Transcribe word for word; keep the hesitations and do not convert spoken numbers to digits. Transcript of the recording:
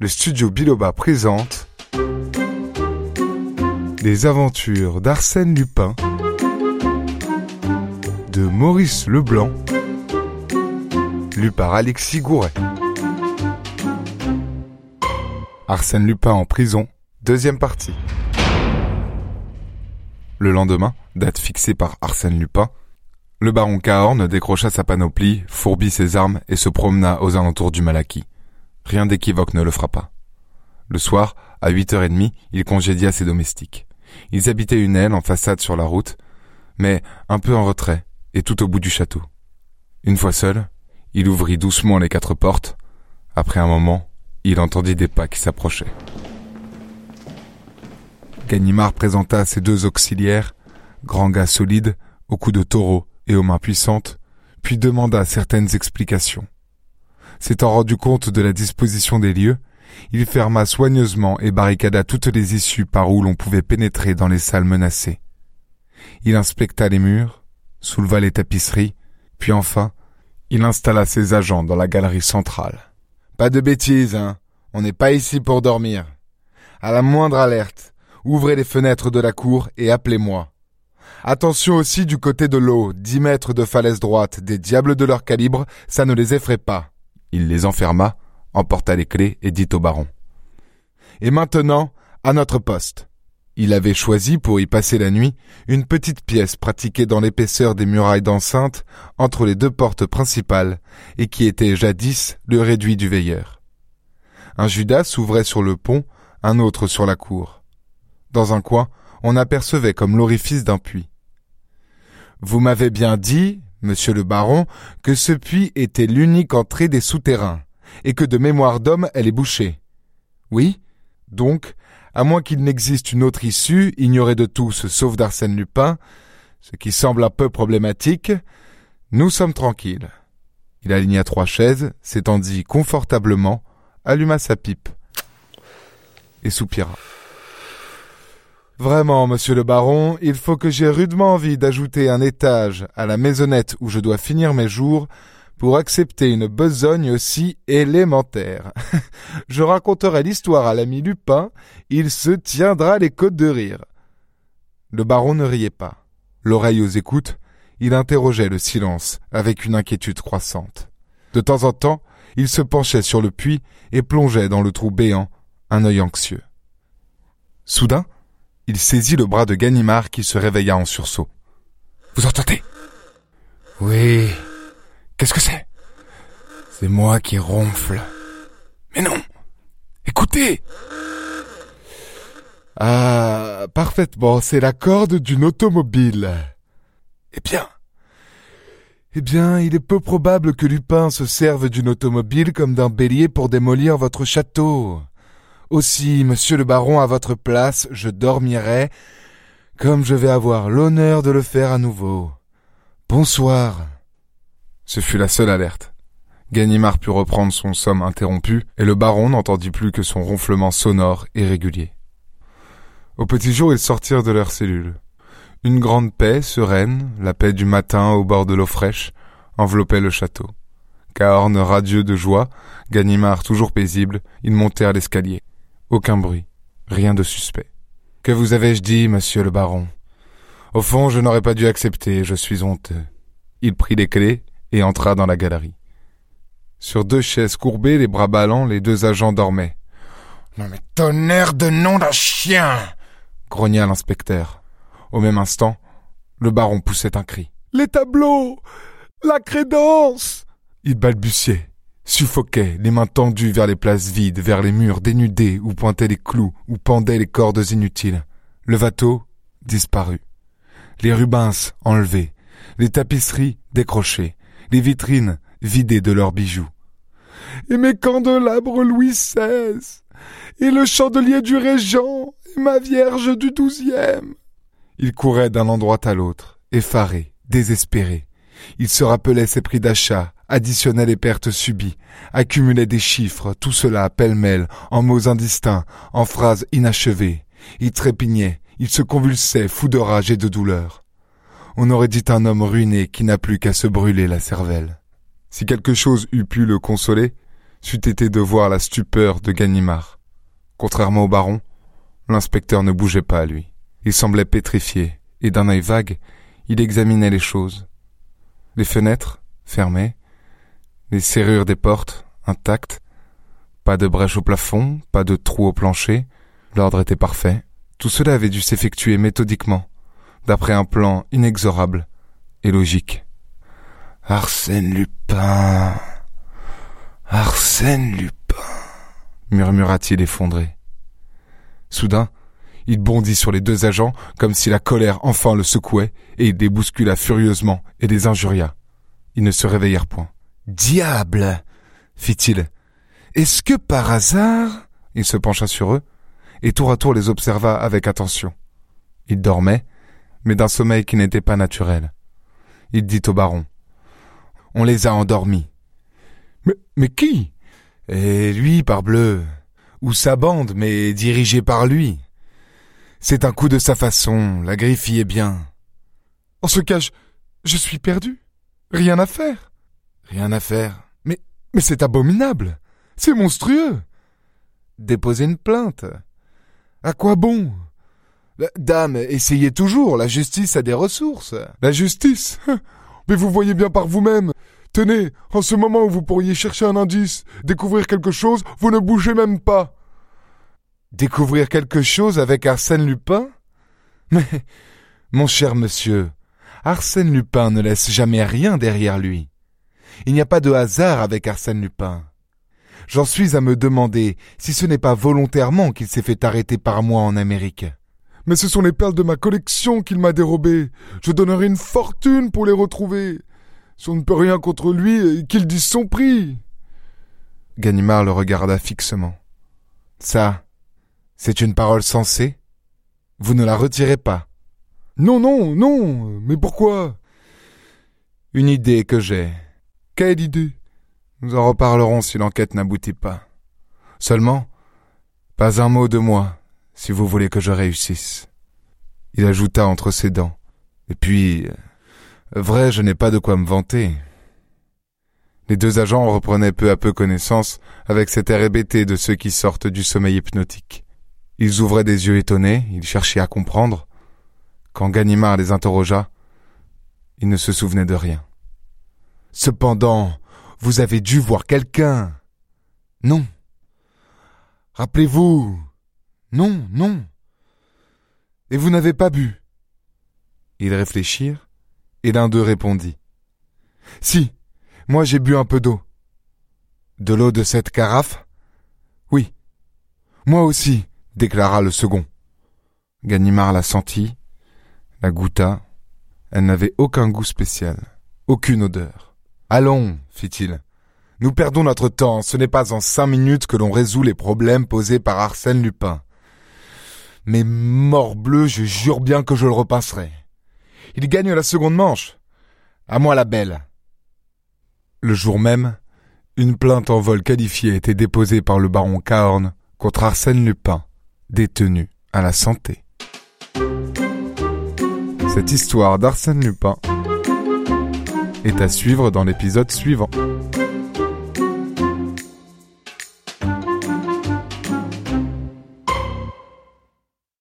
le studio Biloba présente Les aventures d'Arsène Lupin de Maurice Leblanc, lu par Alexis Gouret. Arsène Lupin en prison, deuxième partie. Le lendemain, date fixée par Arsène Lupin, le baron Cahorn décrocha sa panoplie, fourbit ses armes et se promena aux alentours du Malaquis. Rien d'équivoque ne le frappa. Le soir, à huit heures trente, il congédia ses domestiques. Ils habitaient une aile en façade sur la route, mais un peu en retrait et tout au bout du château. Une fois seul, il ouvrit doucement les quatre portes. Après un moment, il entendit des pas qui s'approchaient. Ganimard présenta ses deux auxiliaires, grands gars solides, au cou de taureau et aux mains puissantes, puis demanda certaines explications. S'étant rendu compte de la disposition des lieux, il ferma soigneusement et barricada toutes les issues par où l'on pouvait pénétrer dans les salles menacées. Il inspecta les murs, souleva les tapisseries, puis enfin, il installa ses agents dans la galerie centrale. « Pas de bêtises, hein, on n'est pas ici pour dormir. À la moindre alerte, ouvrez les fenêtres de la cour et appelez-moi. Attention aussi du côté de l'eau, dix mètres de falaise droite, des diables de leur calibre, ça ne les effraie pas. » Il les enferma, emporta les clés et dit au baron. « Et maintenant, à notre poste. » Il avait choisi, pour y passer la nuit, une petite pièce pratiquée dans l'épaisseur des murailles d'enceinte entre les deux portes principales et qui était jadis le réduit du veilleur. Un Judas s'ouvrait sur le pont, un autre sur la cour. Dans un coin, on apercevait comme l'orifice d'un puits. « Vous m'avez bien dit, monsieur le baron, que ce puits était l'unique entrée des souterrains, et que de mémoire d'homme elle est bouchée. Oui, donc, à moins qu'il n'existe une autre issue, ignorée de tous sauf d'Arsène Lupin, ce qui semble un peu problématique, nous sommes tranquilles. » Il aligna trois chaises, s'étendit confortablement, alluma sa pipe et soupira. « Vraiment, monsieur le baron, il faut que j'aie rudement envie d'ajouter un étage à la maisonnette où je dois finir mes jours pour accepter une besogne aussi élémentaire. Je raconterai l'histoire à l'ami Lupin, il se tiendra les côtes de rire. » Le baron ne riait pas. L'oreille aux écoutes, il interrogeait le silence avec une inquiétude croissante. De temps en temps, il se penchait sur le puits et plongeait dans le trou béant, un œil anxieux. Soudain, il saisit le bras de Ganimard qui se réveilla en sursaut. « Vous entendez ? » ?»« Oui. Qu'est-ce que c'est ? » ?»« C'est moi qui ronfle. »« Mais non ! Écoutez !»« Ah, parfaitement, c'est la corde d'une automobile. »« Eh bien, eh bien, il est peu probable que Lupin se serve d'une automobile comme d'un bélier pour démolir votre château. Aussi, monsieur le baron, à votre place, je dormirai, comme je vais avoir l'honneur de le faire à nouveau. Bonsoir. » Ce fut la seule alerte. Ganimard put reprendre son somme interrompu, et le baron n'entendit plus que son ronflement sonore et régulier. Au petit jour, ils sortirent de leur cellule. Une grande paix sereine, la paix du matin au bord de l'eau fraîche, enveloppait le château. Cahorn radieux de joie, Ganimard toujours paisible, ils montèrent l'escalier. Aucun bruit, rien de suspect. « Que vous avais-je dit, monsieur le baron ? Au fond, je n'aurais pas dû accepter, je suis honteux. » Il prit les clés et entra dans la galerie. Sur deux chaises courbées, les bras ballants, les deux agents dormaient. « Non mais tonnerre de nom d'un chien !» grogna l'inspecteur. Au même instant, le baron poussait un cri. « Les tableaux ! La crédence !» Il balbutiait, suffoquait, les mains tendues vers les places vides, vers les murs dénudés où pointaient les clous, où pendaient les cordes inutiles. Le watteau disparut. Les rubens enlevés, les tapisseries décrochées, les vitrines vidées de leurs bijoux. « Et mes candélabres Louis seize, et le chandelier du régent, et ma vierge du douzième. » Il courait d'un endroit à l'autre, effaré, désespéré. Il se rappelait ses prix d'achat, additionnait les pertes subies, accumulait des chiffres, tout cela pêle-mêle, en mots indistincts, en phrases inachevées. Il trépignait, il se convulsait, fou de rage et de douleur. On aurait dit un homme ruiné qui n'a plus qu'à se brûler la cervelle. Si quelque chose eût pu le consoler, c'eût été de voir la stupeur de Ganimard. Contrairement au baron, l'inspecteur ne bougeait pas, lui. Il semblait pétrifié, et d'un œil vague, il examinait les choses. Les fenêtres, fermées, les serrures des portes, intactes, pas de brèche au plafond, pas de trou au plancher, l'ordre était parfait. Tout cela avait dû s'effectuer méthodiquement, d'après un plan inexorable et logique. « Arsène Lupin... Arsène Lupin... » murmura-t-il effondré. Soudain, il bondit sur les deux agents comme si la colère enfin le secouait et il les bouscula furieusement et les injuria. Ils ne se réveillèrent point. « Diable !» fit-il. « Est-ce que par hasard... » Il se pencha sur eux et tour à tour les observa avec attention. Ils dormaient, mais d'un sommeil qui n'était pas naturel. Il dit au baron. « On les a endormis. »« Mais, mais qui ?»« Et lui, parbleu. Ou sa bande, mais dirigée par lui. C'est un coup de sa façon, la griffe y est bien. »« En ce cas, je, je suis perdu. Rien à faire. »« Rien à faire. Mais, mais c'est abominable. C'est monstrueux. » Déposez une plainte. À quoi bon ? Dame, essayez toujours, la justice a des ressources. La justice ? Mais vous voyez bien par vous-même. Tenez, en ce moment où vous pourriez chercher un indice, découvrir quelque chose, vous ne bougez même pas. Découvrir quelque chose avec Arsène Lupin ? Mais, mon cher monsieur, Arsène Lupin ne laisse jamais rien derrière lui. Il n'y a pas de hasard avec Arsène Lupin. J'en suis à me demander si ce n'est pas volontairement qu'il s'est fait arrêter par moi en Amérique. Mais ce sont les perles de ma collection qu'il m'a dérobées. Je donnerai une fortune pour les retrouver. Si on ne peut rien contre lui, qu'il dise son prix. Ganimard le regarda fixement. Ça, c'est une parole sensée ? Vous ne la retirez pas ? Non, non, non, mais pourquoi ? Une idée que j'ai. Quelle idée ? Nous en reparlerons si l'enquête n'aboutit pas. Seulement, pas un mot de moi, si vous voulez que je réussisse. Il ajouta entre ses dents. Et puis, vrai, je n'ai pas de quoi me vanter. Les deux agents reprenaient peu à peu connaissance avec cet air hébété de ceux qui sortent du sommeil hypnotique. Ils ouvraient des yeux étonnés, ils cherchaient à comprendre. Quand Ganimard les interrogea, ils ne se souvenaient de rien. Cependant, vous avez dû voir quelqu'un. Non. Rappelez-vous. Non, non. Et vous n'avez pas bu. Ils réfléchirent, et l'un d'eux répondit. Si, moi j'ai bu un peu d'eau. De l'eau de cette carafe ? Oui. Moi aussi, déclara le second. Ganimard la sentit, la goûta. Elle n'avait aucun goût spécial, aucune odeur. Allons, fit-il. Nous perdons notre temps, ce n'est pas en cinq minutes que l'on résout les problèmes posés par Arsène Lupin. Mais morbleu, je jure bien que je le repasserai. Il gagne la seconde manche. À moi la belle. Le jour même, une plainte en vol qualifié était déposée par le baron Cahorn contre Arsène Lupin, détenu à la santé. Cette histoire d'Arsène Lupin est à suivre dans l'épisode suivant.